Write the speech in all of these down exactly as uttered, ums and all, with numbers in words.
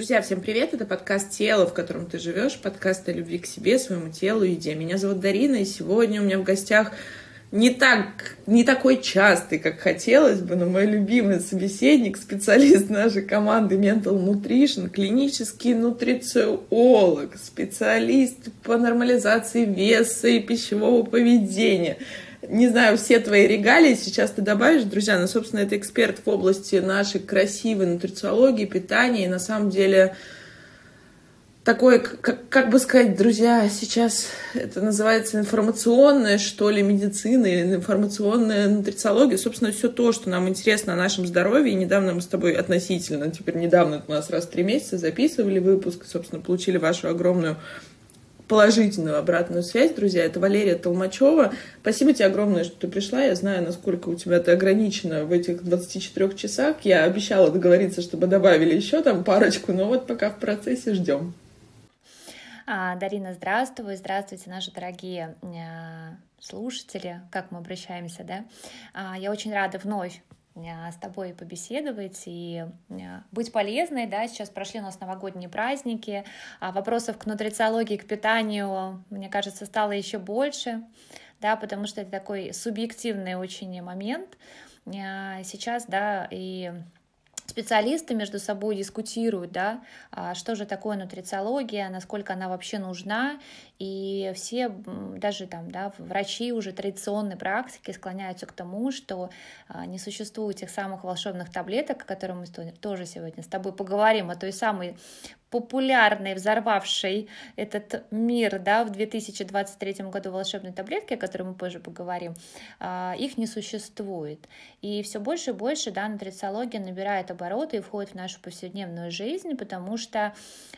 Друзья, всем привет! Это подкаст «Тело, в котором ты живешь», подкаст о любви к себе, своему телу и еде. Меня зовут Дарина, и сегодня у меня в гостях не так, не такой частый, как хотелось бы, но мой любимый собеседник, специалист нашей команды Mental Nutrition, клинический нутрициолог, специалист по нормализации веса и пищевого поведения. Не знаю, все твои регалии сейчас ты добавишь, друзья, но, собственно, это эксперт в области нашей красивой нутрициологии, питания, и на самом деле такой, как, как бы сказать, друзья, сейчас это называется информационная, что ли, медицина или информационная нутрициология, собственно, все то, что нам интересно о нашем здоровье. И недавно мы с тобой относительно, теперь недавно, это у нас раз в три месяца записывали выпуск, собственно, получили вашу огромную положительную обратную связь, друзья. Это Валерия Толмачева. Спасибо тебе огромное, что ты пришла. Я знаю, насколько у тебя это ограничено в этих двадцати четырёх часах. Я обещала договориться, чтобы добавили еще там парочку, но вот пока в процессе ждем. А, Дарина, здравствуй. Здравствуйте, наши дорогие слушатели. Как мы обращаемся, да? А, я очень рада вновь с тобой побеседовать и быть полезной, да, сейчас прошли у нас новогодние праздники, а вопросов к нутрициологии, к питанию, мне кажется, стало еще больше, да, потому что это такой субъективный очень момент сейчас, да, и специалисты между собой дискутируют, да, что же такое нутрициология, насколько она вообще нужна, и все, даже там, да, врачи уже традиционной практики склоняются к тому, что не существует тех самых волшебных таблеток, о которых мы тоже сегодня с тобой поговорим, о той самой популярной, взорвавшей этот мир, да, в две тысячи двадцать третьем году волшебной таблетки, о которой мы позже поговорим, их не существует. И все больше и больше, да, нутрициология набирает обороты и входит в нашу повседневную жизнь, потому что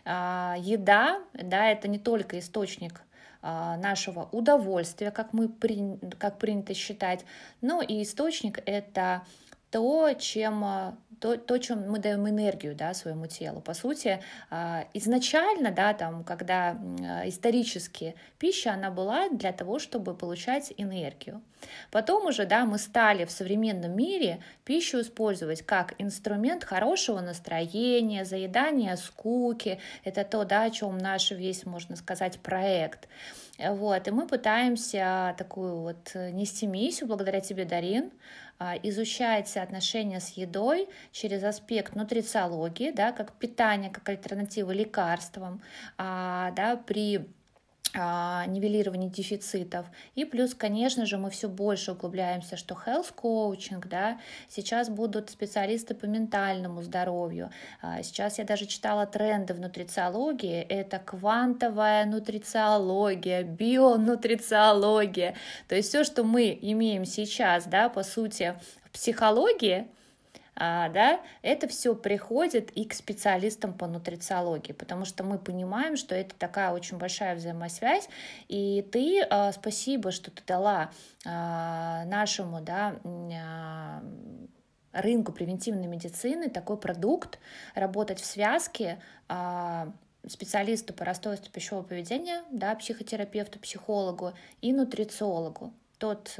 а, еда, да, это не только источник а, нашего удовольствия, как мы при, как принято считать, но и источник — это то, чем, то, то, чем мы даем энергию, да, своему телу. По сути, изначально, да, там, когда исторически пища, она была для того, чтобы получать энергию. Потом уже, да, мы стали в современном мире пищу использовать как инструмент хорошего настроения, заедания скуки. Это то, да, о чем наш весь, можно сказать, проект. Вот, и мы пытаемся такую вот нести миссию, благодаря тебе, Дарин, изучать отношения с едой через аспект нутрициологии, да, как питание, как альтернатива лекарствам, да, при нивелирование дефицитов. И плюс, конечно же, мы все больше углубляемся, что health coaching, да, сейчас будут специалисты по ментальному здоровью. Сейчас я даже читала тренды в нутрициологии, это квантовая нутрициология, бионутрициология. То есть все, что мы имеем сейчас, да, по сути, в психологии, А, да, это все приходит и к специалистам по нутрициологии, потому что мы понимаем, что это такая очень большая взаимосвязь, и ты, а, спасибо, что ты дала а, нашему, да, а, рынку превентивной медицины такой продукт, работать в связке а, специалисту по расстройству пищевого поведения, да, психотерапевту, психологу и нутрициологу. Тот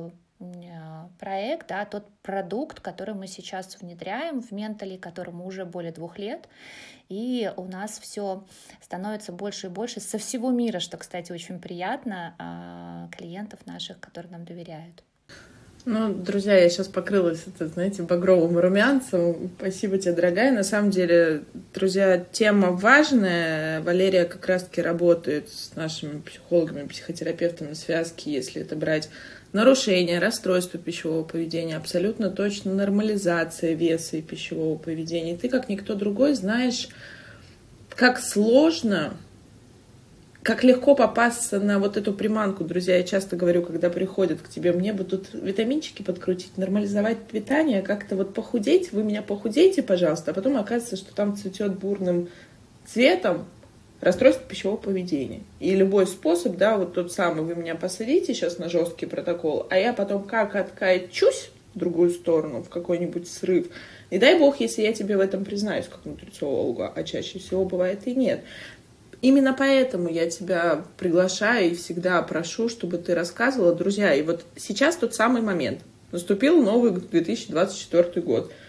проект, да, тот продукт, который мы сейчас внедряем в Ментали, которому уже более двух лет, и у нас все становится больше и больше со всего мира, что, кстати, очень приятно, клиентов наших, которые нам доверяют. Ну, друзья, я сейчас покрылась, это, знаете, багровым румянцем. Спасибо тебе, дорогая. На самом деле, друзья, тема важная. Валерия как раз-таки работает с нашими психологами, психотерапевтами связки, если это брать нарушение, расстройство пищевого поведения, абсолютно точно нормализация веса и пищевого поведения. И ты, как никто другой, знаешь, как сложно, как легко попасться на вот эту приманку. Друзья, я часто говорю, когда приходят к тебе, мне бы тут витаминчики подкрутить, нормализовать питание, как-то вот похудеть, вы меня похудейте, пожалуйста, а потом оказывается, что там цветет бурным цветом расстройство пищевого поведения. И любой способ, да, вот тот самый, вы меня посадите сейчас на жесткий протокол, а я потом как откачусь в другую сторону, в какой-нибудь срыв. И дай бог, если я тебе в этом признаюсь как нутрициологу, а чаще всего бывает и нет. Именно поэтому я тебя приглашаю и всегда прошу, чтобы ты рассказывала, друзья. И вот сейчас тот самый момент. Наступил новый две тысячи двадцать четвёртый год.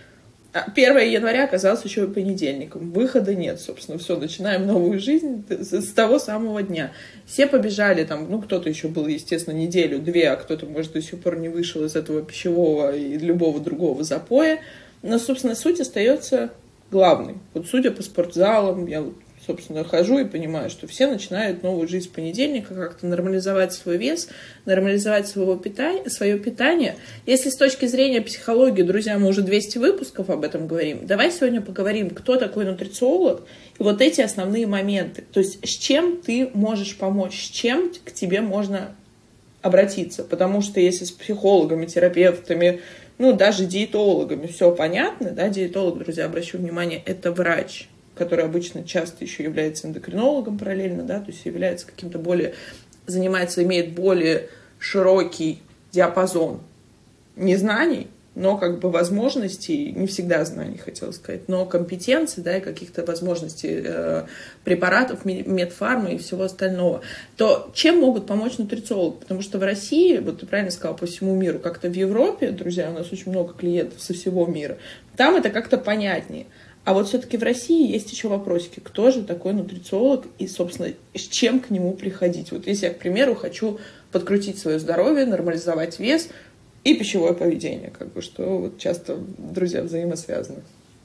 первого января оказалось еще и понедельником. Выхода нет, собственно, все, начинаем новую жизнь с того самого дня. Все побежали там, ну, кто-то еще был, естественно, неделю-две, а кто-то, может, до сих пор не вышел из этого пищевого и любого другого запоя. Но, собственно, суть остается главной. Вот судя по спортзалам, я вот, собственно, хожу и понимаю, что все начинают новую жизнь с понедельника, как-то нормализовать свой вес, нормализовать своего питания, свое питание. Если с точки зрения психологии, друзья, мы уже двести выпусков об этом говорим, давай сегодня поговорим, кто такой нутрициолог, и вот эти основные моменты. То есть с чем ты можешь помочь, с чем к тебе можно обратиться. Потому что если с психологами, терапевтами, ну, даже диетологами все понятно, да, диетолог, друзья, обращу внимание, это врач, который обычно часто еще является эндокринологом параллельно, да, то есть является каким-то более, занимается, имеет более широкий диапазон не знаний, но как бы возможностей, не всегда знаний, хотела сказать, но компетенций, да, и каких-то возможностей э, препаратов, медфармы и всего остального, то чем могут помочь нутрициологи? Потому что в России, вот ты правильно сказала, по всему миру, как-то в Европе, друзья, у нас очень много клиентов со всего мира, там это как-то понятнее. А вот все-таки в России есть еще вопросики. Кто же такой нутрициолог и, собственно, с чем к нему приходить? Вот если я, к примеру, хочу подкрутить свое здоровье, нормализовать вес и пищевое поведение, как бы, что вот часто, друзья, взаимосвязаны.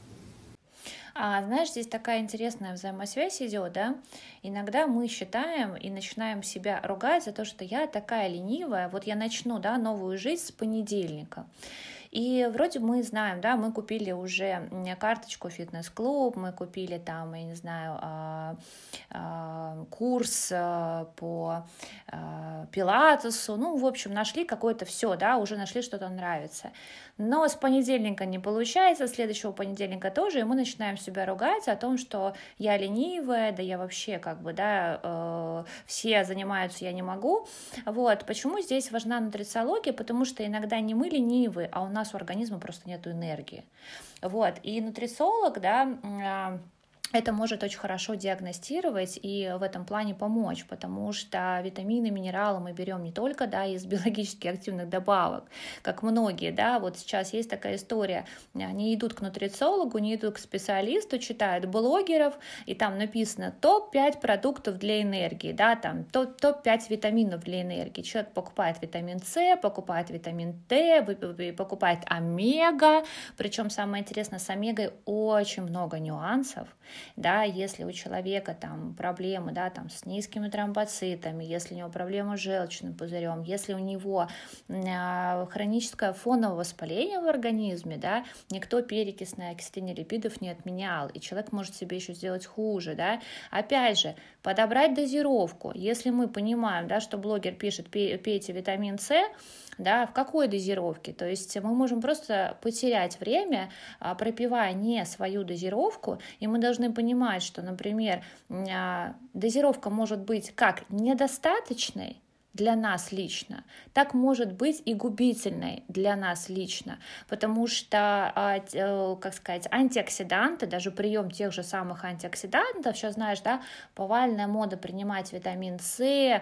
А, знаешь, здесь такая интересная взаимосвязь идет, да? Иногда мы считаем и начинаем себя ругать за то, что я такая ленивая, вот я начну, да, новую жизнь с понедельника. И вроде мы знаем, да, мы купили уже карточку фитнес-клуб, мы купили там, я не знаю, курс по пилатесу, ну, в общем, нашли какое-то все, да, уже нашли, что-то нравится. Но с понедельника не получается, с следующего понедельника тоже, и мы начинаем себя ругать о том, что я ленивая, да я вообще как бы, да, э, все занимаются, я не могу. Вот, почему здесь важна нутрициология? Потому что иногда не мы ленивые, а у нас у организма просто нет энергии. Вот, и нутрициолог, да, это может очень хорошо диагностировать и в этом плане помочь, потому что витамины, минералы мы берем не только, да, из биологически активных добавок, как многие, да, вот сейчас есть такая история, они идут к нутрициологу, не идут к специалисту, читают блогеров, и там написано топ пять продуктов для энергии, да, там топ пять витаминов для энергии. Человек покупает витамин С, покупает витамин Д, покупает омега, причем самое интересное, с омегой очень много нюансов. Да, если у человека там проблемы, да, там с низкими тромбоцитами, если у него проблемы с желчным пузырем, если у него э, хроническое фоновое воспаление в организме, да, никто перекисное окисление липидов не отменял, и человек может себе еще сделать хуже, да. Опять же, подобрать дозировку. Если мы понимаем, да, что блогер пишет пейте витамин С, да, в какой дозировке? То есть мы можем просто потерять время, пропивая не свою дозировку, и мы должны понимать, что, например, дозировка может быть как недостаточной для нас лично, так может быть и губительной для нас лично, потому что, как сказать, антиоксиданты, даже прием тех же самых антиоксидантов, сейчас знаешь, да, повальная мода принимать витамин С,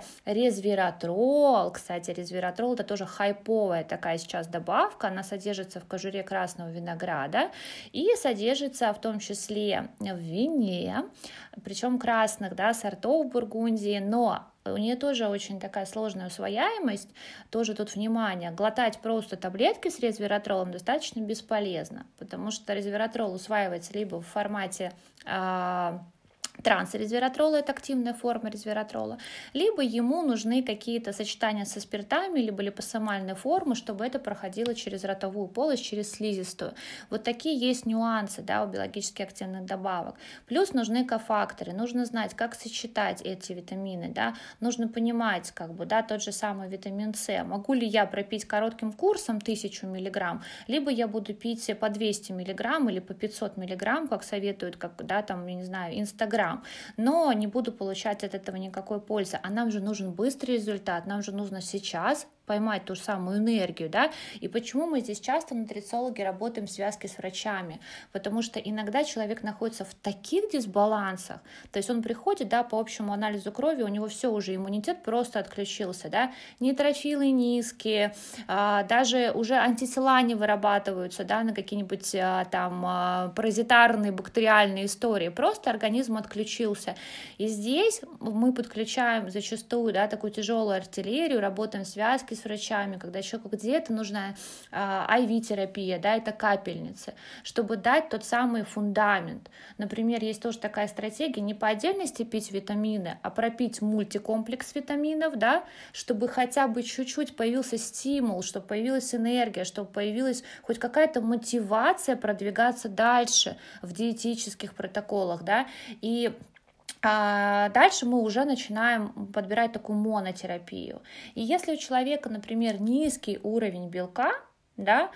резвератрол, кстати, резвератрол это тоже хайповая такая сейчас добавка, она содержится в кожуре красного винограда и содержится в том числе в вине, причем красных, да, сортов Бургундии, но у нее тоже очень такая сложная усвояемость, тоже тут внимание, глотать просто таблетки с резвератролом достаточно бесполезно, потому что резвератрол усваивается либо в формате э, трансрезвератрола, это активная форма резвератрола, либо ему нужны какие-то сочетания со спиртами, либо липосомальные формы, чтобы это проходило через ротовую полость, через слизистую. Вот такие есть нюансы, да, у биологически активных добавок. Плюс нужны кофакторы, нужно знать, как сочетать эти витамины, да, нужно понимать, как бы, да, тот же самый витамин С, могу ли я пропить коротким курсом тысячу миллиграмм, либо я буду пить по двести миллиграмм или по пятьсот миллиграмм, как советуют, как, да, там, я не знаю, Инстаграм, но не буду получать от этого никакой пользы. А нам же нужен быстрый результат, нам же нужно сейчас поймать ту же самую энергию, да, и почему мы здесь часто, нутрициологи, работаем в связке с врачами, потому что иногда человек находится в таких дисбалансах, то есть он приходит, да, по общему анализу крови, у него все уже, иммунитет просто отключился, да, нейтрофилы низкие, а, даже уже антитела не вырабатываются, да, на какие-нибудь а, там а, паразитарные, бактериальные истории, просто организм отключился, и здесь мы подключаем зачастую, да, такую тяжелую артиллерию, работаем в связке с врачами, когда человеку где-то нужна ай ви-терапия, да, это капельницы, чтобы дать тот самый фундамент. Например, есть тоже такая стратегия, не по отдельности пить витамины, а пропить мультикомплекс витаминов, да, чтобы хотя бы чуть-чуть появился стимул, чтобы появилась энергия, чтобы появилась хоть какая-то мотивация продвигаться дальше в диетических протоколах, да, и А дальше мы уже начинаем подбирать такую монотерапию. И если у человека, например, низкий уровень белка, да,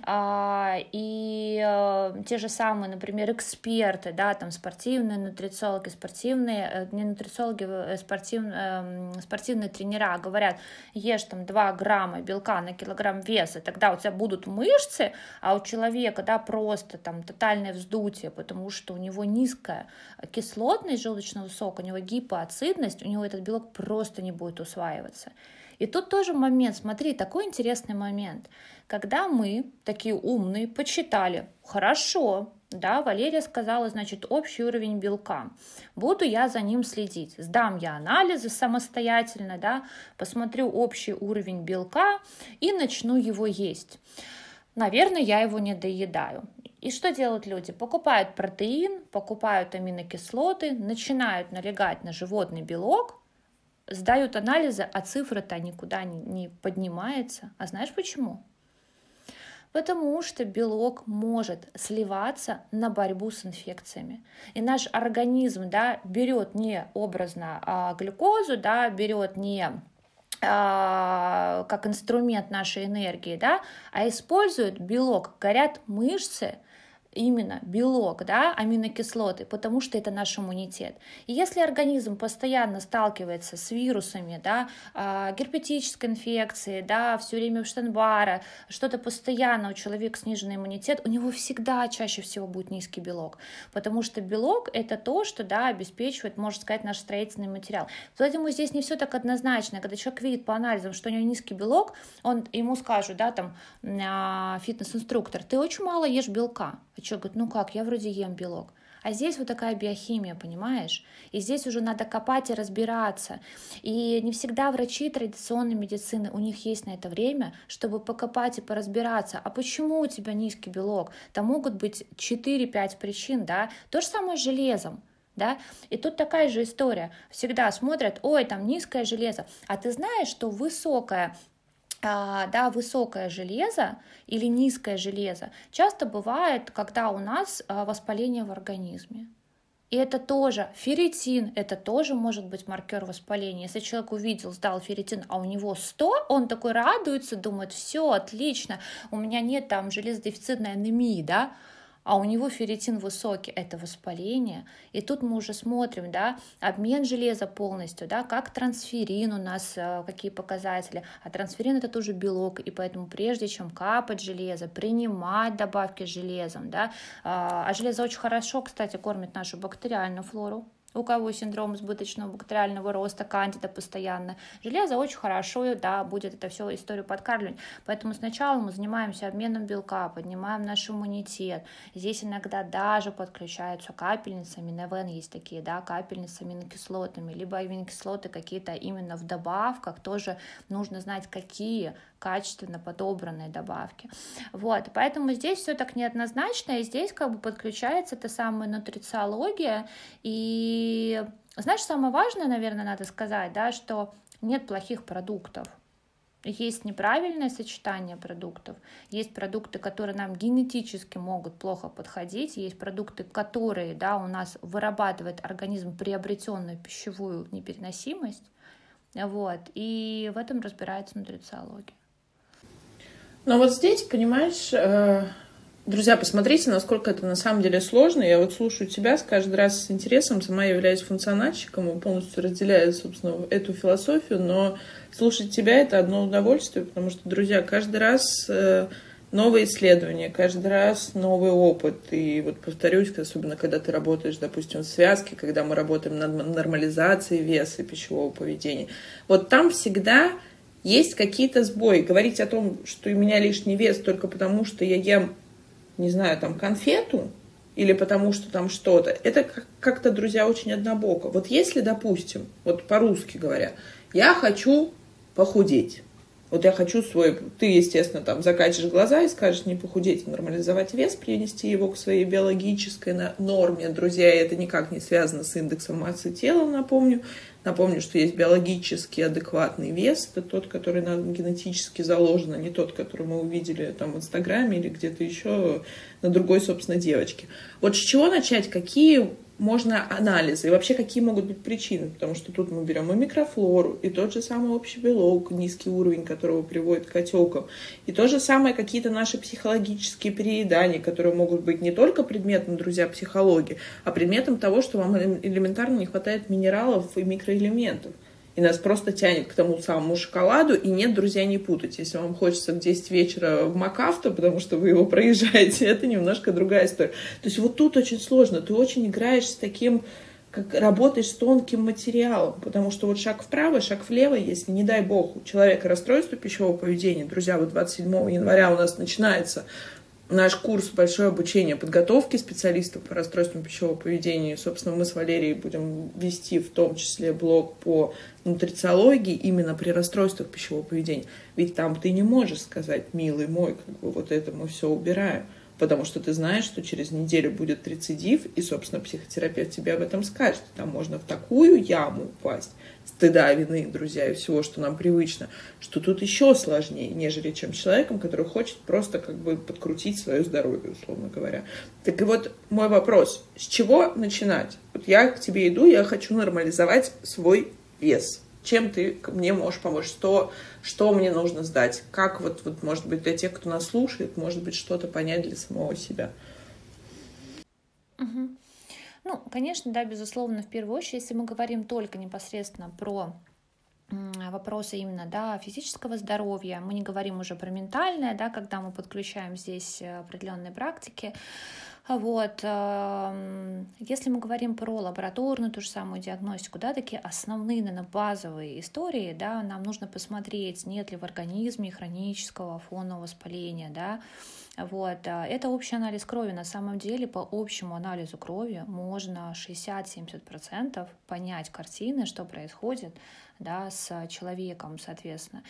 а, и а, те же самые, например, эксперты, да, там спортивные нутрициологи, спортивные, не нутрициологи, спортивные, спортивные тренера говорят, ешь там два грамма белка на килограмм веса, тогда у тебя будут мышцы, а у человека, да, просто там тотальное вздутие, потому что у него низкая кислотность желчного сока, у него гипоацидность, у него этот белок просто не будет усваиваться. И тут тоже момент, смотри, такой интересный момент, когда мы, такие умные, почитали, хорошо, да, Валерия сказала, значит, общий уровень белка, буду я за ним следить, сдам я анализы самостоятельно, да, посмотрю общий уровень белка и начну его есть. Наверное, я его не доедаю. И что делают люди? Покупают протеин, покупают аминокислоты, начинают налегать на животный белок, сдают анализы, а цифра-то никуда не, не поднимается. А знаешь почему? Потому что белок может сливаться на борьбу с инфекциями. И наш организм, да, берет не образно а глюкозу, да, берет не а, как инструмент нашей энергии, да, а использует белок. Горят мышцы, именно белок, да, аминокислоты, потому что это наш иммунитет. И если организм постоянно сталкивается с вирусами, да, герпетической инфекцией, да, все время в Штайн-Барре, что-то постоянно у человека сниженный иммунитет, у него всегда чаще всего будет низкий белок, потому что белок это то, что, да, обеспечивает, можно сказать, наш строительный материал. Поэтому здесь не все так однозначно. Когда человек видит по анализам, что у него низкий белок, он ему скажет, да, там, фитнес-инструктор, ты очень мало ешь белка. А человек говорит, ну как, я вроде ем белок. А здесь вот такая биохимия, понимаешь? И здесь уже надо копать и разбираться. И не всегда врачи традиционной медицины, у них есть на это время, чтобы покопать и поразбираться. А почему у тебя низкий белок? Там могут быть четыре-пять причин, да? То же самое с железом. Да? И тут такая же история. Всегда смотрят, ой, там низкое железо. А ты знаешь, что высокое да, высокое железо или низкое железо часто бывает, когда у нас воспаление в организме. И это тоже ферритин, это тоже может быть маркер воспаления. Если человек увидел, сдал ферритин, а у него сто, он такой радуется, думает, все, отлично, у меня нет там железодефицитной анемии, да, а у него ферритин высокий, это воспаление. И тут мы уже смотрим, да, обмен железа полностью, да, как трансферин у нас, какие показатели. А трансферин это тоже белок, и поэтому прежде чем капать железо, принимать добавки с железом, да, а железо очень хорошо, кстати, кормит нашу бактериальную флору. У кого синдром избыточного бактериального роста, кандида постоянно, железо очень хорошо, да, будет это все историю подкармливать. Поэтому сначала мы занимаемся обменом белка, поднимаем наш иммунитет. Здесь иногда даже подключаются капельницы, аминовен есть такие, да, капельницы с аминокислотами, либо аминокислоты какие-то именно в добавках, тоже нужно знать, какие качественно подобранные добавки. Вот, поэтому здесь все так неоднозначно, и здесь как бы подключается та самая нутрициология. И знаешь, самое важное, наверное, надо сказать, да, что нет плохих продуктов. Есть неправильное сочетание продуктов, есть продукты, которые нам генетически могут плохо подходить, есть продукты, которые, да, у нас вырабатывает организм приобретенную пищевую непереносимость, вот, и в этом разбирается нутрициология. Но вот здесь, понимаешь, Друзья, посмотрите, насколько это на самом деле сложно. Я вот слушаю тебя каждый раз с интересом, сама являюсь функциональщиком и полностью разделяю, собственно, эту философию, но слушать тебя — это одно удовольствие, потому что, друзья, каждый раз новые исследования, каждый раз новый опыт. И вот повторюсь, особенно когда ты работаешь, допустим, в связке, когда мы работаем над нормализацией веса и пищевого поведения, вот там всегда есть какие-то сбои. Говорить о том, что у меня лишний вес только потому, что я ем, не знаю, там, конфету, или потому что там что-то, это как-то, друзья, очень однобоко. Вот если, допустим, вот по-русски говоря, я хочу похудеть, вот я хочу свой, ты, естественно, там закатишь глаза и скажешь не похудеть, а нормализовать вес, принести его к своей биологической норме. Друзья, это никак не связано с индексом массы тела, напомню. Напомню, что есть биологически адекватный вес, это тот, который нам генетически заложен, а не тот, который мы увидели там в Инстаграме или где-то еще на другой, собственно, девочке. Вот с чего начать? Какие можно анализы и вообще какие могут быть причины? Потому что тут мы берем и микрофлору, и тот же самый общий белок, низкий уровень которого приводит к отекам, и то же самое какие-то наши психологические переедания, которые могут быть не только предметом, друзья, психологии, а предметом того, что вам элементарно не хватает минералов и микроэлементов. И нас просто тянет к тому самому шоколаду. И нет, друзья, не путайте. Если вам хочется в десять вечера в МакАвто, потому что вы его проезжаете, это немножко другая история. То есть вот тут очень сложно. Ты очень играешь с таким, как работаешь с тонким материалом. Потому что вот шаг вправо, шаг влево, если, не дай бог, у человека расстройство пищевого поведения. Друзья, вот двадцать седьмого января у нас начинается наш курс «Большое обучение подготовки специалистов по расстройствам пищевого поведения». Собственно, мы с Валерией будем вести в том числе блог по нутрициологии именно при расстройствах пищевого поведения. Ведь там ты не можешь сказать: милый мой, как бы вот это мы все убираем. Потому что ты знаешь, что через неделю будет рецидив, и, собственно, психотерапевт тебе об этом скажет. Там можно в такую яму упасть, стыда, вины, друзья, и всего, что нам привычно, что тут еще сложнее, нежели чем человеком, который хочет просто как бы подкрутить свое здоровье, условно говоря. Так и вот мой вопрос: с чего начинать? Вот я к тебе иду, я хочу нормализовать свой вес. Чем ты мне можешь помочь? Что, что мне нужно сдать? Как вот, вот, может быть, для тех, кто нас слушает, может быть, что-то понять для самого себя? Угу. Ну, конечно, да, безусловно, в первую очередь, если мы говорим только непосредственно про вопросы именно, да, физического здоровья, мы не говорим уже про ментальное, да, когда мы подключаем здесь определенные практики. Вот. Если мы говорим про лабораторную, ту же самую диагностику, да, такие основные, наверное, базовые истории, да, нам нужно посмотреть, нет ли в организме хронического фонового воспаления, да. Вот. Это общий анализ крови. На самом деле по общему анализу крови можно шестьдесят-семьдесят процентов понять картины, что происходит, да, с человеком, соответственно.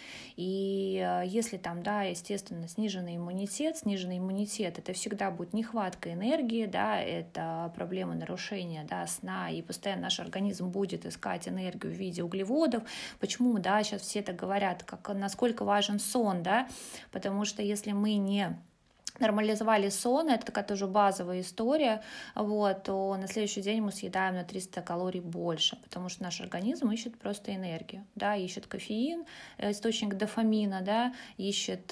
И если там, да, естественно, сниженный иммунитет, сниженный иммунитет, это всегда будет нехватка энергии, да, это проблема нарушения, да, сна, и постоянно наш организм будет искать энергию в виде углеводов. Почему, да, сейчас все так говорят, как, насколько важен сон, да, потому что если мы не нормализовали сон, это такая тоже базовая история, вот, то на следующий день мы съедаем на триста калорий больше, потому что наш организм ищет просто энергию, да, ищет кофеин, источник дофамина, да, ищет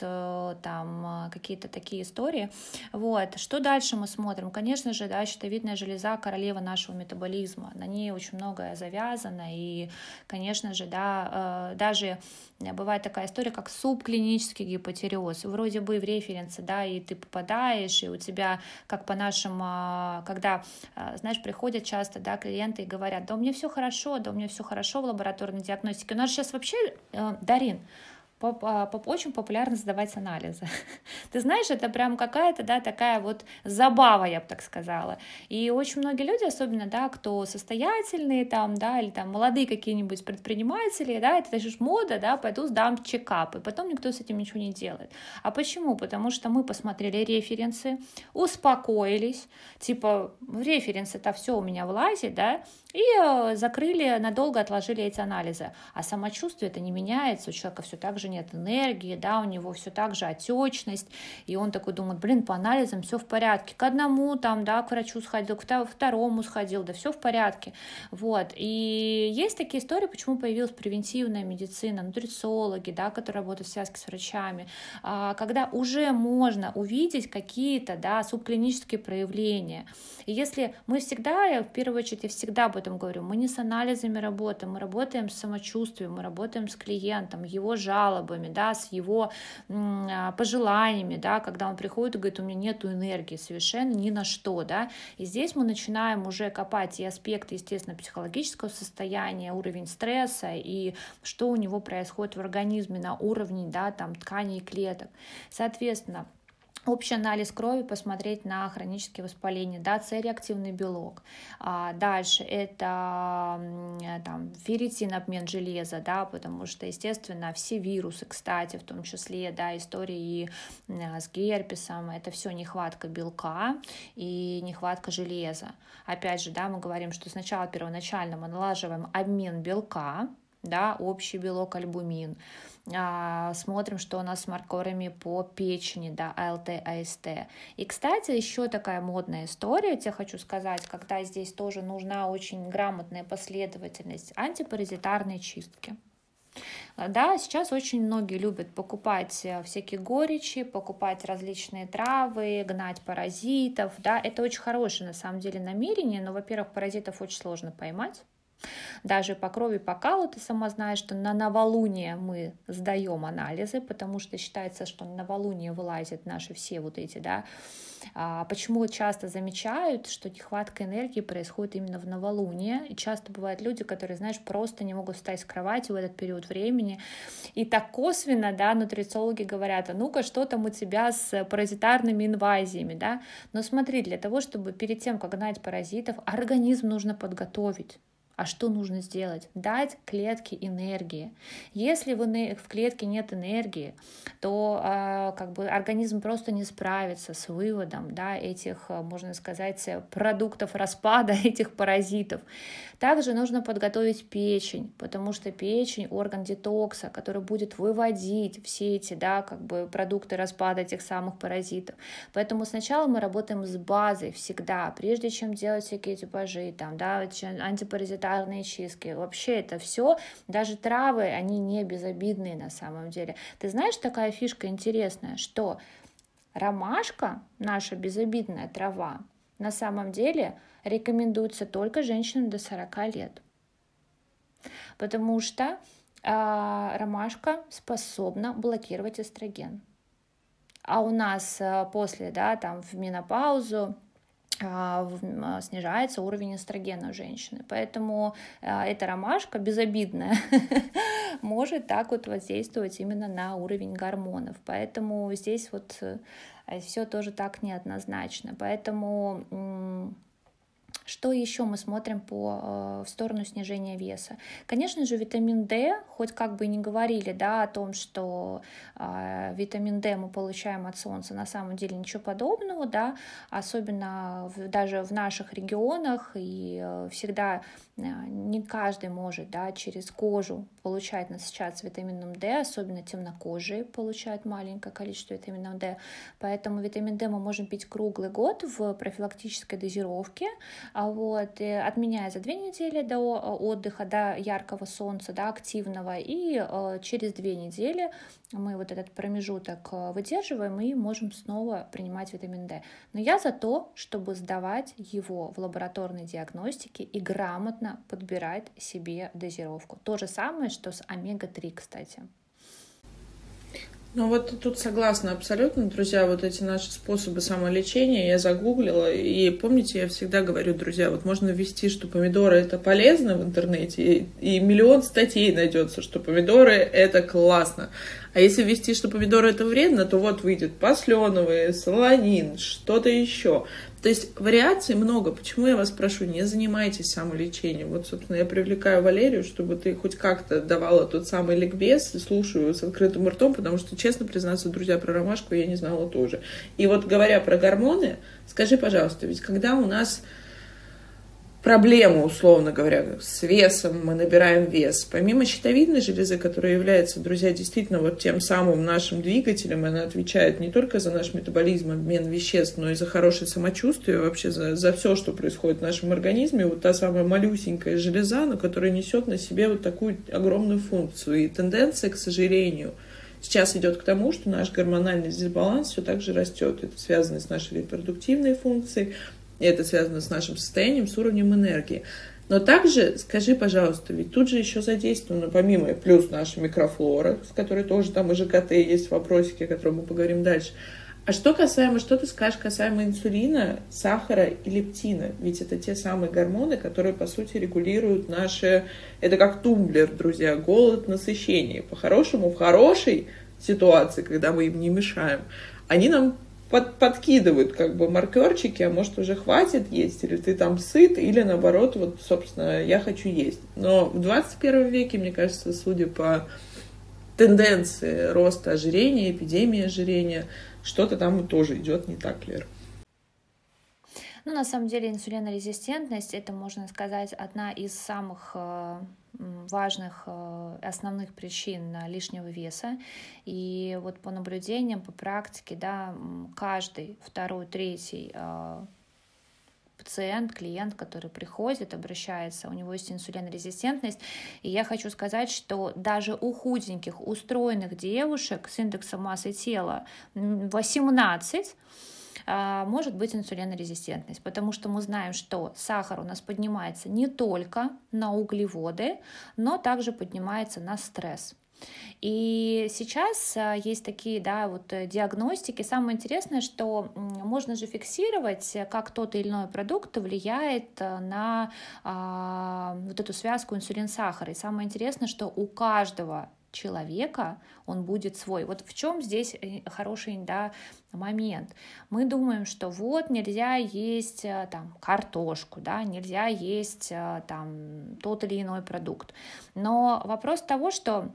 там какие-то такие истории, вот. Что дальше мы смотрим? Конечно же, да, щитовидная железа — королева нашего метаболизма, на ней очень многое завязано, и, конечно же, да, даже бывает такая история, как субклинический гипотиреоз, вроде бы в референсе, да, и ты попадаешь, и у тебя, как по нашим, когда, знаешь, приходят часто, да, клиенты и говорят: да у меня все хорошо, да у меня все хорошо в лабораторной диагностике. У нас сейчас вообще, Дарин, очень популярно сдавать анализы. Ты знаешь, это прям какая-то, да, такая вот забава, я бы так сказала. И очень многие люди, особенно, да, кто состоятельные там, да, или там молодые какие-нибудь предприниматели, да, это даже мода, да, пойду сдам чекап, и потом никто с этим ничего не делает. А почему? Потому что мы посмотрели референсы, успокоились, типа, в референсы-то все у меня влазит, да, и закрыли, надолго отложили эти анализы. А самочувствие это не меняется, у человека все так же нет энергии, да, у него все так же отечность, и он такой думает, блин, по анализам все в порядке, к одному там, да, к врачу сходил, к второму сходил, да, все в порядке, вот, и есть такие истории, почему появилась превентивная медицина, нутрициологи, да, которые работают в связке с врачами, когда уже можно увидеть какие-то, да, субклинические проявления, и если мы всегда, я, в первую очередь, я всегда об этом говорю, мы не с анализами работаем, мы работаем с самочувствием, мы работаем с клиентом, его жалобами, да, с его м, пожеланиями, да, когда он приходит и говорит, у меня нету энергии совершенно ни на что, да, и здесь мы начинаем уже копать и аспекты, естественно, психологического состояния, уровень стресса и что у него происходит в организме на уровне, да, там, тканей и клеток, соответственно, общий анализ крови, посмотреть на хронические воспаления, да, С-реактивный белок. А дальше это там, ферритин, обмен железа, да, потому что, естественно, все вирусы, кстати, в том числе, да, истории с герпесом, это все нехватка белка и нехватка железа. Опять же, да, мы говорим, что сначала первоначально мы налаживаем обмен белка, да, общий белок, альбумин, а, смотрим, что у нас с маркерами по печени, да, АЛТ, АСТ. И, кстати, еще такая модная история, я тебе хочу сказать, когда здесь тоже нужна очень грамотная последовательность, антипаразитарные чистки. Да, сейчас очень многие любят покупать всякие горечи, покупать различные травы, гнать паразитов, да, это очень хорошее на самом деле намерение, но, во-первых, паразитов очень сложно поймать. Даже по крови, по калу, ты сама знаешь, что на новолуние мы сдаем анализы, потому что считается, что на новолуние вылазят наши все вот эти, да. А почему часто замечают, что нехватка энергии происходит именно в новолуние, и часто бывают люди, которые, знаешь, просто не могут встать с кровати в этот период времени, и так косвенно, да, нутрициологи говорят, а ну-ка, что там у тебя с паразитарными инвазиями, да, но смотри, для того, чтобы перед тем, как гнать паразитов, организм нужно подготовить. А что нужно сделать? Дать клетке энергии. Если в клетке нет энергии, то э, как бы организм просто не справится с выводом, да, этих, можно сказать, продуктов распада этих паразитов. Также нужно подготовить печень, потому что печень — орган детокса, который будет выводить все эти, да, как бы продукты распада этих самых паразитов. Поэтому сначала мы работаем с базой всегда, прежде чем делать всякие типажи, там, да, антипаразитарные чистки. Вообще это все, даже травы, они не безобидные на самом деле. Ты знаешь, такая фишка интересная, что ромашка, наша безобидная трава, на самом деле рекомендуется только женщинам до сорока лет, потому что э, ромашка способна блокировать эстроген. А у нас э, после, да, там в менопаузу снижается уровень эстрогена у женщины. Поэтому эта ромашка безобидная может так вот воздействовать именно на уровень гормонов. Поэтому здесь вот все тоже так неоднозначно. Поэтому что еще мы смотрим по, в сторону снижения веса? Конечно же, витамин D, хоть как бы и не говорили, да, о том, что э, витамин D мы получаем от солнца, на самом деле ничего подобного, да, особенно в, даже в наших регионах, и э, всегда э, не каждый может, да, через кожу получать насыщаться витамином D, особенно темнокожие получают маленькое количество витамина D, поэтому витамин D мы можем пить круглый год в профилактической дозировке, вот, отменяя за две недели до отдыха, до яркого солнца, да, активного, и э, через две недели мы вот этот промежуток выдерживаем и можем снова принимать витамин D. Но я за то, чтобы сдавать его в лабораторной диагностике и грамотно подбирать себе дозировку. То же самое, что с омега три, кстати. Ну вот тут согласна абсолютно, друзья, вот эти наши способы самолечения я загуглила, и помните, я всегда говорю, друзья, вот можно ввести, что помидоры это полезно в интернете, и, и миллион статей найдется, что помидоры это классно. А если ввести, что помидоры это вредно, то вот выйдет посленовые, солонин, что-то еще. То есть вариаций много. Почему я вас прошу, не занимайтесь самолечением. Вот, собственно, я привлекаю Валерию, чтобы ты хоть как-то давала тот самый ликбез, слушаю с открытым ртом, потому что, честно признаться, друзья, про ромашку я не знала тоже. И вот говоря про гормоны, скажи, пожалуйста, ведь когда у нас проблему, условно говоря, с весом, мы набираем вес. Помимо щитовидной железы, которая является, друзья, действительно вот тем самым нашим двигателем, она отвечает не только за наш метаболизм, обмен веществ, но и за хорошее самочувствие, вообще за, за все, что происходит в нашем организме. Вот та самая малюсенькая железа, но которая несет на себе вот такую огромную функцию. И тенденция, к сожалению, сейчас идет к тому, что наш гормональный дисбаланс все так же растет. Это связано с нашей репродуктивной функцией, и это связано с нашим состоянием, с уровнем энергии. Но также, скажи, пожалуйста, ведь тут же еще задействовано, помимо, плюс наша микрофлора, с которой тоже там и ЖКТ есть вопросики, о которых мы поговорим дальше. А что касаемо, что ты скажешь касаемо инсулина, сахара и лептина? Ведь это те самые гормоны, которые, по сути, регулируют наши... Это как тумблер, друзья, голод, насыщение. По-хорошему, в хорошей ситуации, когда мы им не мешаем, они нам под, подкидывают как бы маркерчики, а может уже хватит есть, или ты там сыт, или наоборот, вот, собственно, я хочу есть. Но в двадцать первом веке, мне кажется, судя по тенденции роста ожирения, эпидемии ожирения, что-то там тоже идет не так, Лер. Ну, на самом деле, инсулинорезистентность, это, можно сказать, одна из самых важных, основных причин лишнего веса. И вот по наблюдениям, по практике, да, каждый второй, третий пациент, клиент, который приходит, обращается, у него есть инсулинорезистентность. И я хочу сказать, что даже у худеньких, устроенных девушек с индексом массы тела восемнадцать может быть инсулинорезистентность, потому что мы знаем, что сахар у нас поднимается не только на углеводы, но также поднимается на стресс. И сейчас есть такие, да, вот диагностики. Самое интересное, что можно же фиксировать, как тот или иной продукт влияет на а, вот эту связку инсулин-сахара. И самое интересное, что у каждого человека он будет свой. Вот в чем здесь хороший, да, момент. Мы думаем, что вот нельзя есть там картошку, да, нельзя есть там тот или иной продукт. Но вопрос того, что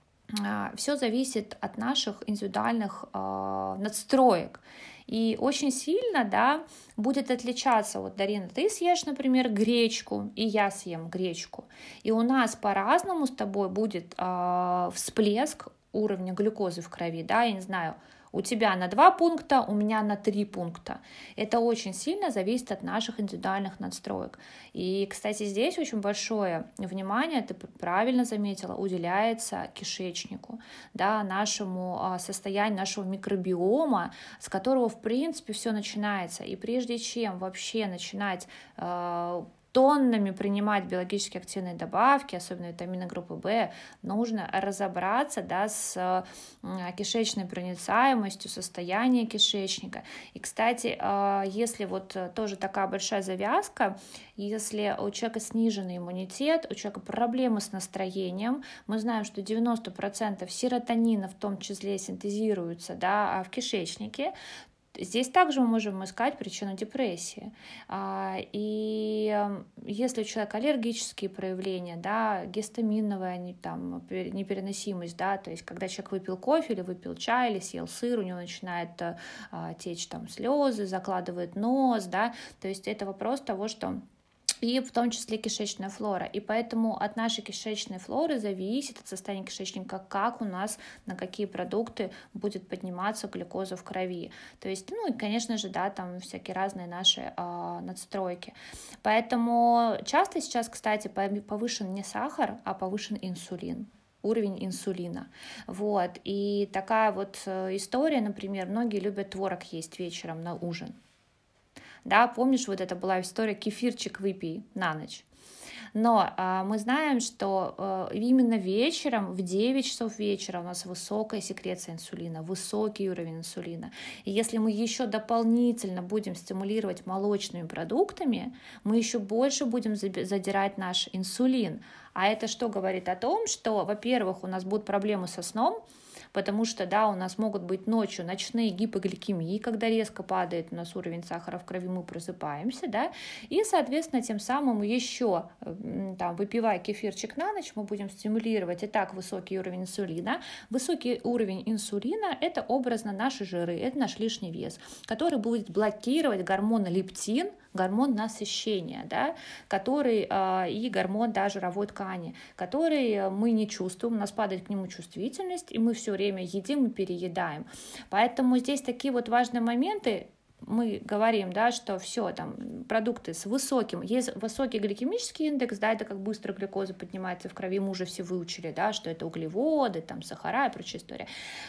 все зависит от наших индивидуальных э, надстроек. И очень сильно, да, будет отличаться, вот, Дарина, ты съешь, например, гречку, и я съем гречку, и у нас по-разному с тобой будет э, всплеск уровня глюкозы в крови, да, я не знаю, у тебя на два пункта, у меня на три пункта. Это очень сильно зависит от наших индивидуальных надстроек. И, кстати, здесь очень большое внимание, ты правильно заметила, уделяется кишечнику, да, нашему состоянию, нашего микробиома, с которого, в принципе, все начинается. И прежде чем вообще начинать э, тоннами принимать биологически активные добавки, особенно витамины группы В, нужно разобраться, да, с кишечной проницаемостью, состоянием кишечника. И, кстати, если вот тоже такая большая завязка, если у человека сниженный иммунитет, у человека проблемы с настроением, мы знаем, что девяносто процентов серотонина в том числе синтезируется, да, в кишечнике. Здесь также мы можем искать причину депрессии. И если у человека аллергические проявления, да, гистаминовая там, непереносимость, да, то есть когда человек выпил кофе или выпил чай или съел сыр, у него начинает течь там слезы, закладывает нос, да, то есть это вопрос того, что и в том числе кишечная флора. И поэтому от нашей кишечной флоры зависит от состояния кишечника, как у нас, на какие продукты будет подниматься глюкоза в крови. То есть, ну и, конечно же, да, там всякие разные наши э, надстройки. Поэтому часто сейчас, кстати, повышен не сахар, а повышен инсулин. Уровень инсулина. Вот. И такая вот история, например, многие любят творог есть вечером на ужин. Да, помнишь, вот это была история, кефирчик выпей на ночь. Но э, мы знаем, что э, именно вечером, в девять часов вечера у нас высокая секреция инсулина, высокий уровень инсулина. И если мы еще дополнительно будем стимулировать молочными продуктами, мы еще больше будем задирать наш инсулин. А это что говорит о том, что, во-первых, у нас будут проблемы со сном, потому что, да, у нас могут быть ночью ночные гипогликемии, когда резко падает у нас уровень сахара в крови, мы просыпаемся, да, и, соответственно, тем самым еще, там, выпивая кефирчик на ночь, мы будем стимулировать и так высокий уровень инсулина. Высокий уровень инсулина – это образно наши жиры, это наш лишний вес, который будет блокировать гормон лептин, гормон насыщения, да, который э, и гормон да, жировой ткани, который мы не чувствуем, у нас падает к нему чувствительность, и мы все время едим и переедаем. Поэтому здесь такие вот важные моменты. Мы говорим, да, что все, там, продукты с высоким, есть высокий гликемический индекс, да, это как быстро глюкоза поднимается в крови, мы уже все выучили, да, что это углеводы, там, сахара и прочая история.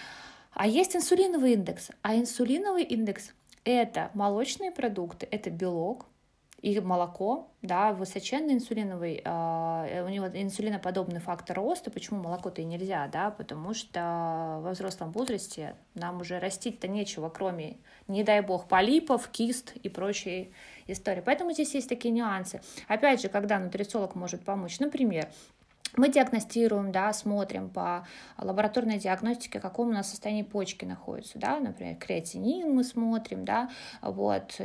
А есть инсулиновый индекс, а инсулиновый индекс – это молочные продукты, это белок и молоко, да, высоченный инсулиновый, э, у него инсулиноподобный фактор роста. Почему молоко-то и нельзя, да, потому что во взрослом возрасте нам уже растить-то нечего, кроме, не дай бог, полипов, кист и прочие истории. Поэтому здесь есть такие нюансы. Опять же, когда нутрициолог может помочь, например, мы диагностируем, да, смотрим по лабораторной диагностике, в каком у нас состоянии почки находятся, да, например, креатинин мы смотрим, да, вот,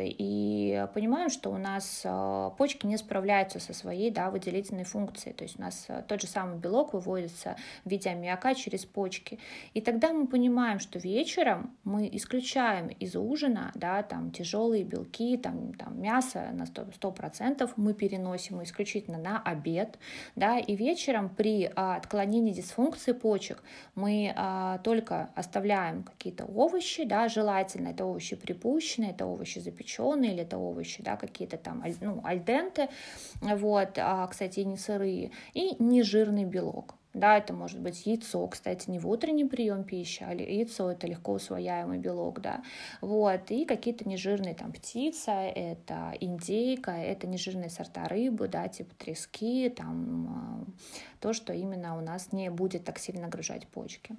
и понимаем, что у нас почки не справляются со своей, да, выделительной функцией, то есть у нас тот же самый белок выводится в виде аммиака через почки, и тогда мы понимаем, что вечером мы исключаем из ужина, да, там, тяжелые белки, там, там мясо на сто процентов мы переносим исключительно на обед, да, и вечером при а, отклонении дисфункции почек мы а, только оставляем какие-то овощи, да, желательно это овощи припущенные, это овощи запеченные или это овощи, да, какие-то там аль, ну, альденте, вот, а, кстати, не сырые, и нежирный белок. Да, это может быть яйцо, кстати, не в утренний прием пищи, а яйцо – это легко усвояемый белок, да, вот, и какие-то нежирные, там, птица, это индейка, это нежирные сорта рыбы, да, типа трески, там, то, что именно у нас не будет так сильно нагружать почки.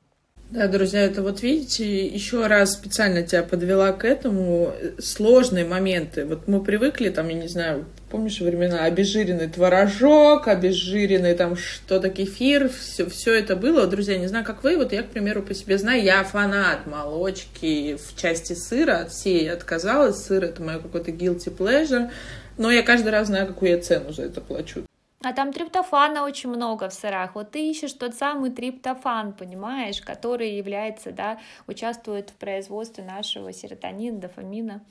Да, друзья, это вот видите, еще раз специально тебя подвела к этому. Сложные моменты. Вот мы привыкли, там, я не знаю, помнишь времена, обезжиренный творожок, обезжиренный там что-то, кефир, все, все это было. Вот, друзья, не знаю, как вы, вот я, к примеру, по себе знаю, я фанат молочки в части сыра, от всей отказалась. Сыр — это мое какое-то guilty pleasure, но я каждый раз знаю, какую я цену за это плачу. А там триптофана очень много в сырах. Вот ты ищешь тот самый триптофан, понимаешь, который является, да, участвует в производстве нашего серотонина, дофамина.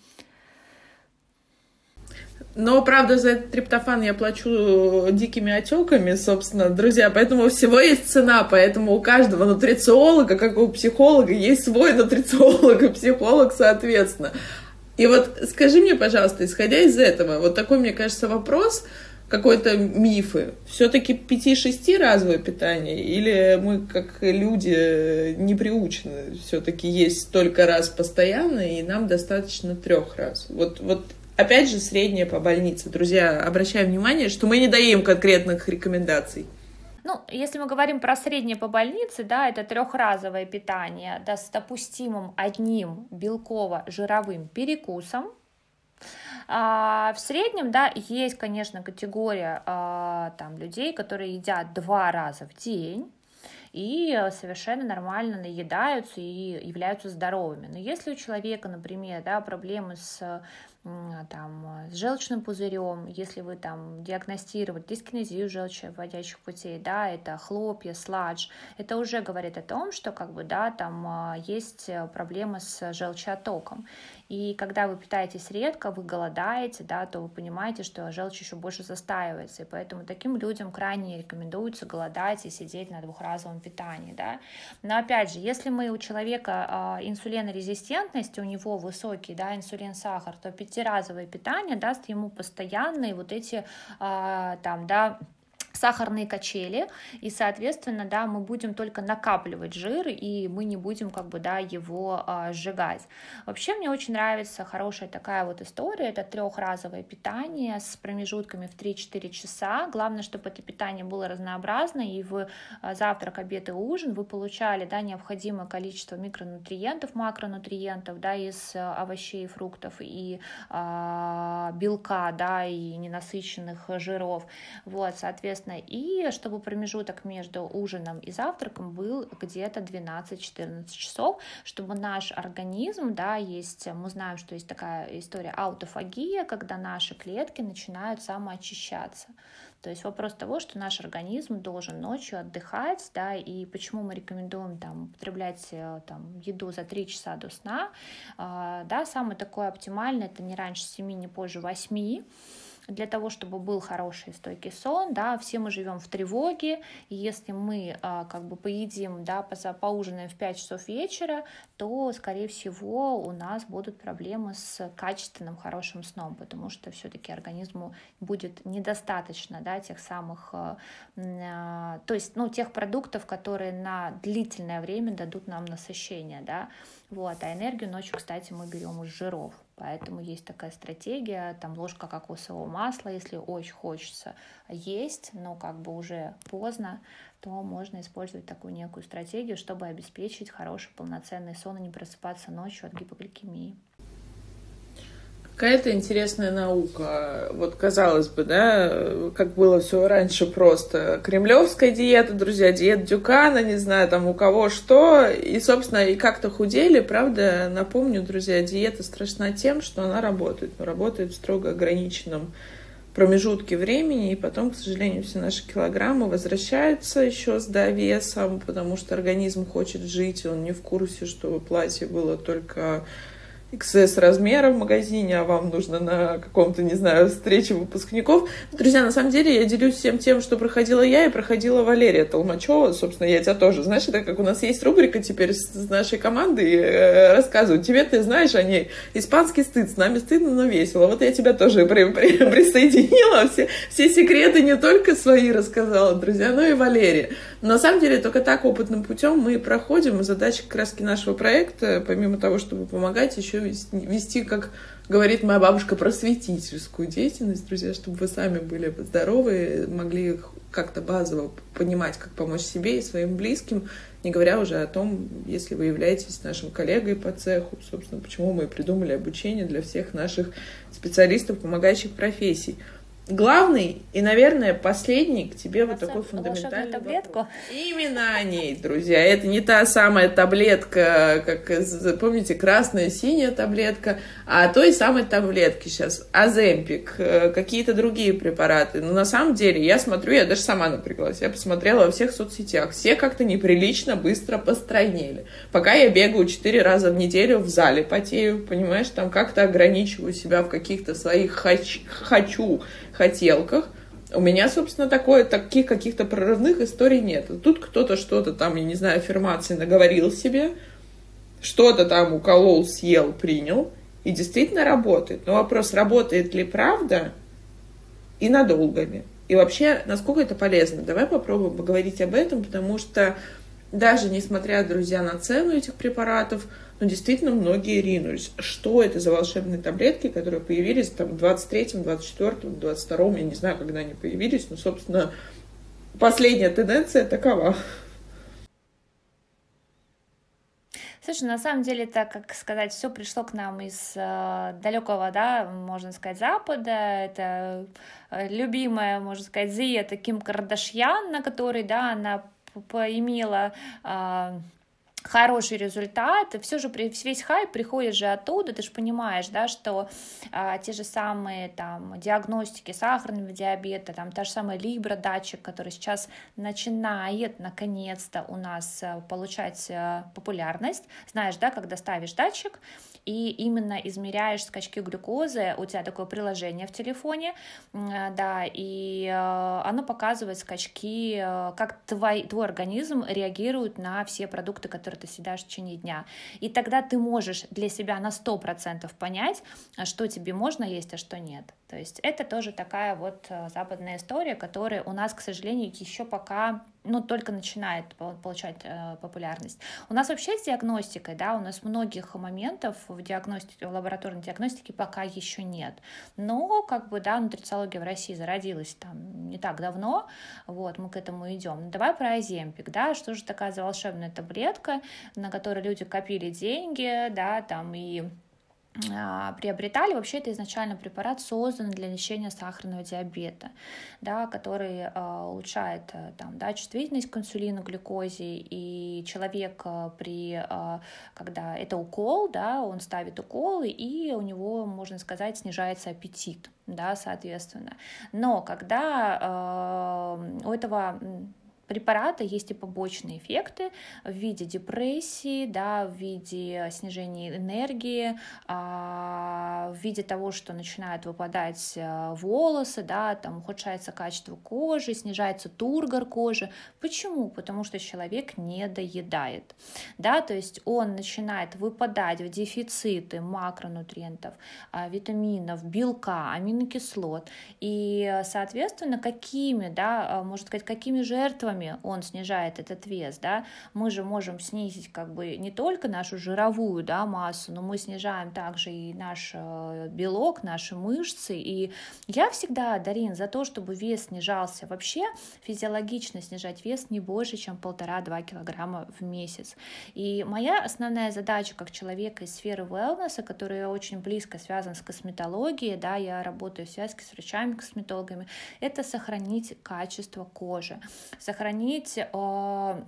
Но, правда, за этот триптофан я плачу дикими отеками, собственно, друзья, поэтому у всего есть цена, поэтому у каждого нутрициолога, как и у психолога, есть свой нутрициолог и психолог, соответственно. И вот скажи мне, пожалуйста, исходя из этого, вот такой, мне кажется, вопрос, какой-то мифы. Все-таки пяти-шестиразовое питание? Или мы, как люди, не приучены все-таки есть столько раз постоянно, и нам достаточно трех раз? Вот, вот опять же, среднее по больнице. Друзья, обращаем внимание, что мы не даем конкретных рекомендаций. Ну, если мы говорим про среднее по больнице, да, это трехразовое питание, да, с допустимым одним белково-жировым перекусом. А в среднем, да, есть, конечно, категория а, там, людей, которые едят два раза в день и совершенно нормально наедаются и являются здоровыми. Но если у человека, например, да, проблемы с там, с желчным пузырем, если вы там диагностировали дискинезию желчевыводящих путей, да, это хлопья, сладж, это уже говорит о том, что как бы, да, там есть проблемы с желчеоттоком. И когда вы питаетесь редко, вы голодаете, да, то вы понимаете, что желчь еще больше застаивается, и поэтому таким людям крайне рекомендуется голодать и сидеть на двухразовом питании, да. Но опять же, если мы у человека инсулинорезистентность, у него высокий, да, инсулин-сахар, то пятиразовое питание даст ему постоянные вот эти там, да, сахарные качели, и, соответственно, да, мы будем только накапливать жир, и мы не будем, как бы, да, его а, сжигать. Вообще, мне очень нравится хорошая такая вот история, это трехразовое питание с промежутками в три-четыре часа, главное, чтобы это питание было разнообразно, и в завтрак, обед и ужин вы получали, да, необходимое количество микронутриентов, макронутриентов, да, из овощей, фруктов и а, белка, да, и ненасыщенных жиров, вот, соответственно, соответственно, и чтобы промежуток между ужином и завтраком был где-то двенадцать-четырнадцать часов, чтобы наш организм, да, есть, мы знаем, что есть такая история аутофагия, когда наши клетки начинают самоочищаться. То есть вопрос того, что наш организм должен ночью отдыхать, да, и почему мы рекомендуем там употреблять там еду за три часа до сна, да, самый такой оптимальный — это не раньше семи, не позже восьми, для того, чтобы был хороший стойкий сон, да, все мы живем в тревоге, и если мы а, как бы поедим, да, поужинаем в пять часов вечера, то, скорее всего, у нас будут проблемы с качественным хорошим сном, потому что все-таки организму будет недостаточно, да, тех самых, а, а, то есть, ну, тех продуктов, которые на длительное время дадут нам насыщение, да, вот, а энергию ночью, кстати, мы берем из жиров. Поэтому есть такая стратегия, там ложка кокосового масла, если очень хочется есть, но как бы уже поздно, то можно использовать такую некую стратегию, чтобы обеспечить хороший полноценный сон и не просыпаться ночью от гипогликемии. Какая-то интересная наука. Вот казалось бы, да, как было все раньше просто. Кремлевская диета, друзья, диета Дюкана, не знаю, там у кого что. И, собственно, и как-то худели. Правда, напомню, друзья, диета страшна тем, что она работает. Но работает в строго ограниченном промежутке времени. И потом, к сожалению, все наши килограммы возвращаются еще с довесом, потому что организм хочет жить. Он не в курсе, что платье было только икс эс размера в магазине, а вам нужно на каком-то, не знаю, встрече выпускников. Друзья, на самом деле я делюсь всем тем, что проходила я и проходила Валерия Толмачева. Собственно, я тебя тоже. Знаешь, это как у нас есть рубрика теперь с, с нашей командой, э, рассказывают. Тебе, ты знаешь о ней. Испанский стыд. С нами стыдно, но весело. Вот я тебя тоже при, при, присоединила. Все, все секреты не только свои рассказала, друзья, но и Валерия. Но на самом деле только так опытным путем мы проходим. И задача как раз нашего проекта, помимо того, чтобы помогать, еще вести, вести, как говорит моя бабушка, просветительскую деятельность, друзья, чтобы вы сами были здоровы, могли как-то базово понимать, как помочь себе и своим близким, не говоря уже о том, если вы являетесь нашим коллегой по цеху, собственно, почему мы придумали обучение для всех наших специалистов помогающих профессий. Главный и, наверное, последний к тебе вот такой фундаментальный таблетку. Вопрос. Именно о ней, друзья. Это не та самая таблетка, как, помните, красная, синяя таблетка, а о той самой таблетке сейчас. Оземпик, какие-то другие препараты. Но на самом деле, я смотрю, я даже сама напряглась. Я посмотрела во всех соцсетях. Все как-то неприлично быстро постройнели. Пока я бегаю четыре раза в неделю в зале, потею, понимаешь, там как-то ограничиваю себя в каких-то своих хач- хочу хотелках. У меня, собственно, такое, таких каких-то прорывных историй нет. Тут кто-то что-то там, я не знаю, аффирмации наговорил себе, что-то там уколол, съел, принял, и действительно работает. Но вопрос, работает ли правда и надолго ли? И вообще, насколько это полезно? Давай попробуем поговорить об этом, потому что даже несмотря, друзья, на цену этих препаратов, но действительно многие ринулись. Что это за волшебные таблетки, которые появились там в двадцать третьем, двадцать четвёртом, двадцать втором, я не знаю, когда они появились, но, собственно, последняя тенденция такова. Слушай, на самом деле это, как сказать, все пришло к нам из э, далекого, да, можно сказать, Запада. Это э, любимая, можно сказать, диета Ким Кардашьян, на которой, да, она поимела э, хороший результат, и все же весь хайп приходит же оттуда, ты же понимаешь, да, что а, те же самые там диагностики сахарного диабета, там та же самая Libra датчик, который сейчас начинает наконец-то у нас получать популярность, знаешь, да, когда ставишь датчик и именно измеряешь скачки глюкозы, у тебя такое приложение в телефоне, да, и оно показывает скачки, как твой, твой организм реагирует на все продукты, которые ты съедаешь в течение дня. И тогда ты можешь для себя на сто процентов понять, что тебе можно есть, а что нет. То есть это тоже такая вот западная история, которая у нас, к сожалению, еще пока, ну, только начинает получать э, популярность. У нас вообще с диагностикой, да, у нас многих моментов в диагностике, в лабораторной диагностике пока еще нет. Но, как бы, да, нутрициология в России зародилась там не так давно, вот, мы к этому идем. Ну, давай про Оземпик, да, что же такая за волшебная таблетка, на которой люди копили деньги, да, там, и приобретали. Вообще это изначально препарат создан для лечения сахарного диабета, да, который э, улучшает э, там, да, чувствительность к инсулину, глюкозе, и человек э, при, э, когда это укол, да, он ставит укол, и у него, можно сказать, снижается аппетит, да, соответственно. Но когда э, у этого препарата есть и побочные эффекты в виде депрессии, да, в виде снижения энергии, в виде того, что начинают выпадать волосы, да, там ухудшается качество кожи, снижается тургор кожи. Почему? Потому что человек не доедает, да, то есть он начинает выпадать в дефициты макронутриентов, витаминов, белка, аминокислот, и, соответственно, какими, да, можно сказать, какими жертвами он снижает этот вес, да, мы же можем снизить как бы не только нашу жировую, да, массу, но мы снижаем также и наш белок, наши мышцы, и я всегда, Дарин, за то, чтобы вес снижался. Вообще физиологично снижать вес не больше, чем полтора-два килограмма в месяц, и моя основная задача как человека из сферы wellness, которая очень близко связана с косметологией, да, я работаю в связке с врачами-косметологами, это сохранить качество кожи, сохранить сохранить э,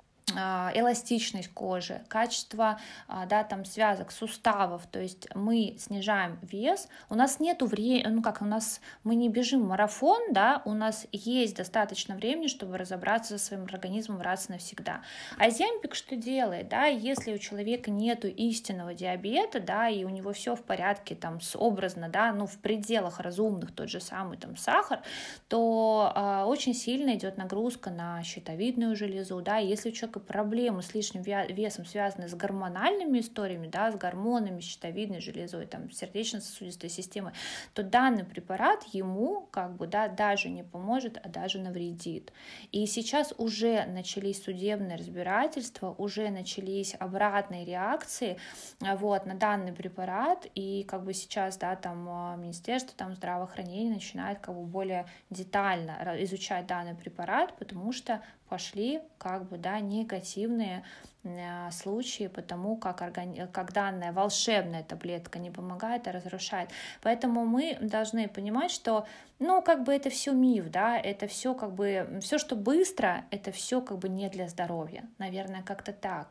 эластичность кожи, качество, да, там, связок, суставов, то есть мы снижаем вес, у нас нету времени, ну как, у нас, мы не бежим марафон, да, у нас есть достаточно времени, чтобы разобраться со своим организмом раз и навсегда. А Оземпик что делает, да, если у человека нету истинного диабета, да, и у него все в порядке, там, с образно, да, ну, в пределах разумных, тот же самый, там, сахар, то э, очень сильно идет нагрузка на щитовидную железу, да, если у человека проблемы с лишним весом связаны с гормональными историями, да, с гормонами, щитовидной железой, там, сердечно-сосудистой системой, то данный препарат ему как бы, да, даже не поможет, а даже навредит. И сейчас уже начались судебные разбирательства, уже начались обратные реакции вот, на данный препарат, и как бы сейчас, да, там, Министерство там, здравоохранения начинает как бы более детально изучать данный препарат, потому что пошли как бы, да, негативные э, случаи, потому как, органи... как данная волшебная таблетка не помогает, а разрушает. Поэтому мы должны понимать, что, ну, как бы это все миф, да, это все как бы, все, что быстро, это все как бы не для здоровья, наверное, как-то так.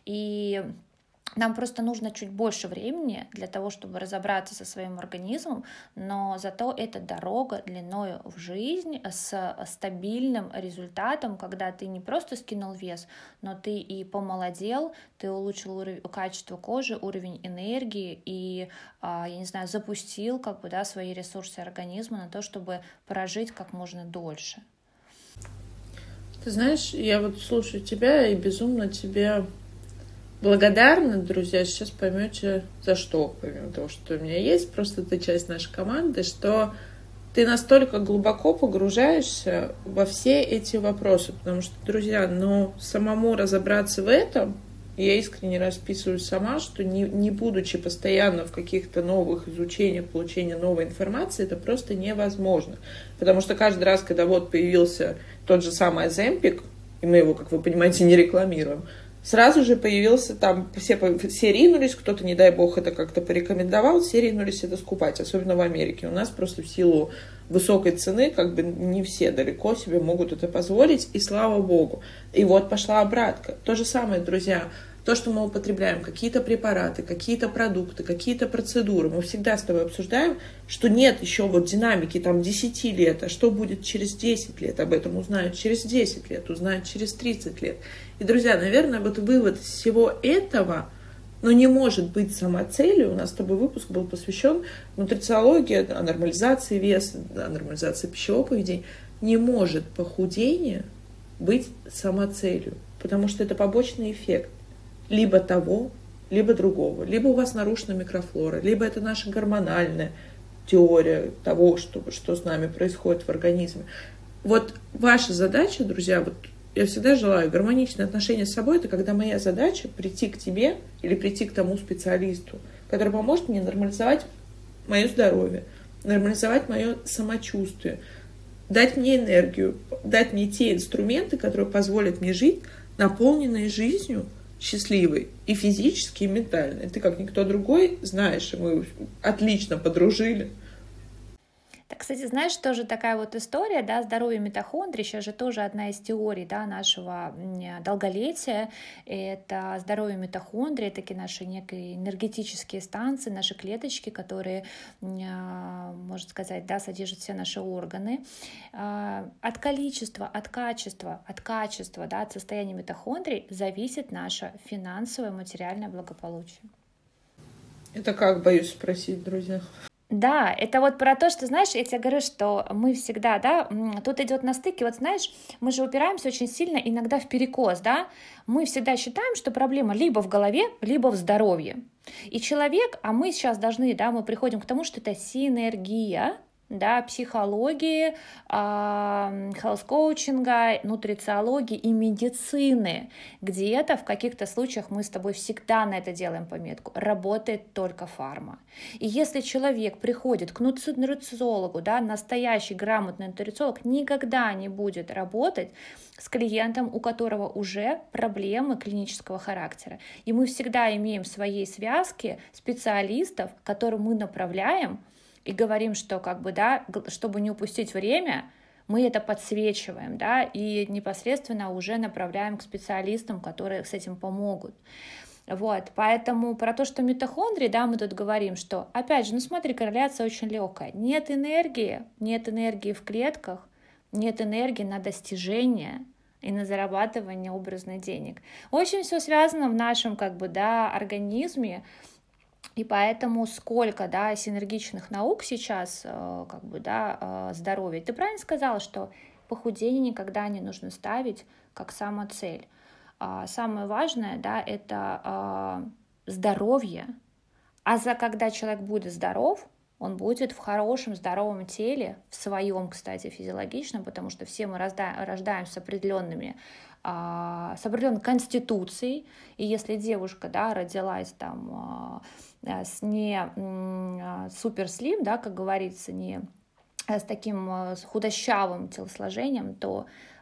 И нам просто нужно чуть больше времени для того, чтобы разобраться со своим организмом, но зато это дорога длиною в жизнь с стабильным результатом, когда ты не просто скинул вес, но ты и помолодел, ты улучшил уровень, качество кожи, уровень энергии и, я не знаю, запустил как бы, да, свои ресурсы организма на то, чтобы прожить как можно дольше. Ты знаешь, я вот слушаю тебя и безумно тебе благодарна, друзья, сейчас поймете, за что, помимо того, что у меня есть, просто ты часть нашей команды, что ты настолько глубоко погружаешься во все эти вопросы, потому что, друзья, ну, самому разобраться в этом, я искренне расписываю сама, что не, не будучи постоянно в каких-то новых изучениях, получении новой информации, это просто невозможно, потому что каждый раз, когда вот появился тот же самый Оземпик, и мы его, как вы понимаете, не рекламируем, сразу же появился там, все, все ринулись, кто-то, не дай бог, это как-то порекомендовал, все ринулись это скупать, особенно в Америке. У нас просто в силу высокой цены, как бы не все далеко себе могут это позволить, и слава богу. И вот пошла обратка. То же самое, друзья, то, что мы употребляем, какие-то препараты, какие-то продукты, какие-то процедуры, мы всегда с тобой обсуждаем, что нет еще вот динамики там десять лет, а что будет через десять лет, об этом узнают через десять лет, узнают через тридцать лет. И, друзья, наверное, вот вывод из всего этого, но не может быть самоцелью. У нас с тобой выпуск был посвящен нутрициологии, о нормализации веса, о нормализации пищевого поведения. Не может похудение быть самоцелью, потому что это побочный эффект либо того, либо другого. Либо у вас нарушена микрофлора, либо это наша гормональная теория того, что, что с нами происходит в организме. Вот ваша задача, друзья, вот я всегда желаю гармоничные отношения с собой, это когда моя задача прийти к тебе или прийти к тому специалисту, который поможет мне нормализовать мое здоровье, нормализовать мое самочувствие, дать мне энергию, дать мне те инструменты, которые позволят мне жить наполненной жизнью, счастливой и физически, и ментально. Ты как никто другой знаешь, и мы отлично подружили. Так, кстати, знаешь, тоже такая вот история, да, здоровье митохондрий, сейчас же тоже одна из теорий, да, нашего долголетия, это здоровье митохондрий, такие наши некие энергетические станции, наши клеточки, которые, можно сказать, да, содержат все наши органы. От количества, от качества, от качества, да, от состояния митохондрий зависит наше финансовое, материальное благополучие. Это как, боюсь спросить, друзья? Да, это вот про то, что, знаешь, я тебе говорю, что мы всегда, да, тут идет на стыке, вот знаешь, мы же упираемся очень сильно иногда в перекос, да, мы всегда считаем, что проблема либо в голове, либо в здоровье. И человек, а мы сейчас должны, да, мы приходим к тому, что это синергия, да, психологии, хелс-коучинга, нутрициологии и медицины. Где-то в каких-то случаях мы с тобой всегда на это делаем пометку. Работает только фарма. И если человек приходит к нутрициологу, да, настоящий грамотный нутрициолог никогда не будет работать с клиентом, у которого уже проблемы клинического характера. И мы всегда имеем в своей связке специалистов, которым мы направляем, и говорим, что как бы, да, чтобы не упустить время, мы это подсвечиваем, да, и непосредственно уже направляем к специалистам, которые с этим помогут. Вот, поэтому про то, что митохондрии, да, мы тут говорим, что, опять же, ну смотри, корреляция очень легкая. Нет энергии, нет энергии в клетках, нет энергии на достижение и на зарабатывание образных денег. Очень все связано в нашем, как бы, да, организме. И поэтому сколько, да, синергичных наук сейчас, как бы, да, здоровья. Ты правильно сказала, что похудение никогда не нужно ставить как самоцель. Самое важное, да, это здоровье. А за когда человек будет здоров, он будет в хорошем, здоровом теле, в своем, кстати, физиологичном, потому что все мы рождаемся с определенными, с определенной конституцией, и если девушка, да, родилась там с не суперслим, да, как говорится, не с таким с худощавым телосложением, то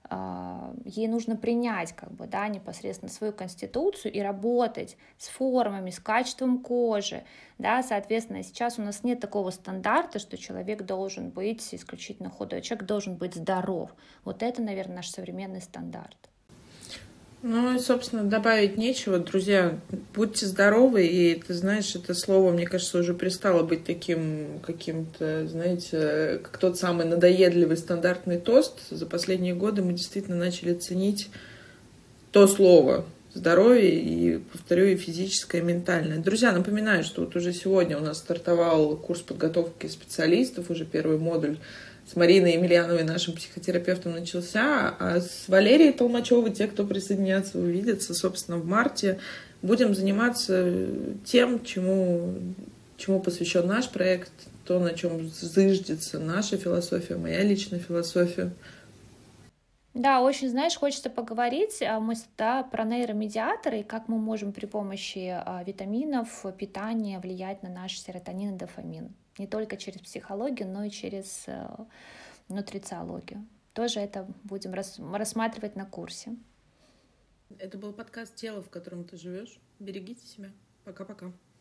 ей нужно принять, как бы, да, непосредственно свою конституцию и работать с формами, с качеством кожи, да, соответственно, сейчас у нас нет такого стандарта, что человек должен быть исключительно худой, человек должен быть здоров. Вот это, наверное, наш современный стандарт. Ну и, собственно, добавить нечего. Друзья, будьте здоровы, и ты знаешь, это слово, мне кажется, уже перестало быть таким каким-то, знаете, как тот самый надоедливый стандартный тост. За последние годы мы действительно начали ценить то слово здоровье, и, повторю, и физическое, и ментальное. Друзья, напоминаю, что вот уже сегодня у нас стартовал курс подготовки специалистов, уже первый модуль с Мариной Емельяновой, нашим психотерапевтом, начался, а с Валерией Толмачевой, те, кто присоединятся, увидятся, собственно, в марте. Будем заниматься тем, чему, чему посвящен наш проект, то, на чем зыждется наша философия, моя личная философия. Да, очень, знаешь, хочется поговорить мы, да, про нейромедиаторы и как мы можем при помощи витаминов, питания влиять на наш серотонин и дофамин. Не только через психологию, но и через э, нутрициологию. Тоже это будем рас, рассматривать на курсе. Это был подкаст «Тело, в котором ты живешь». Берегите себя. Пока-пока.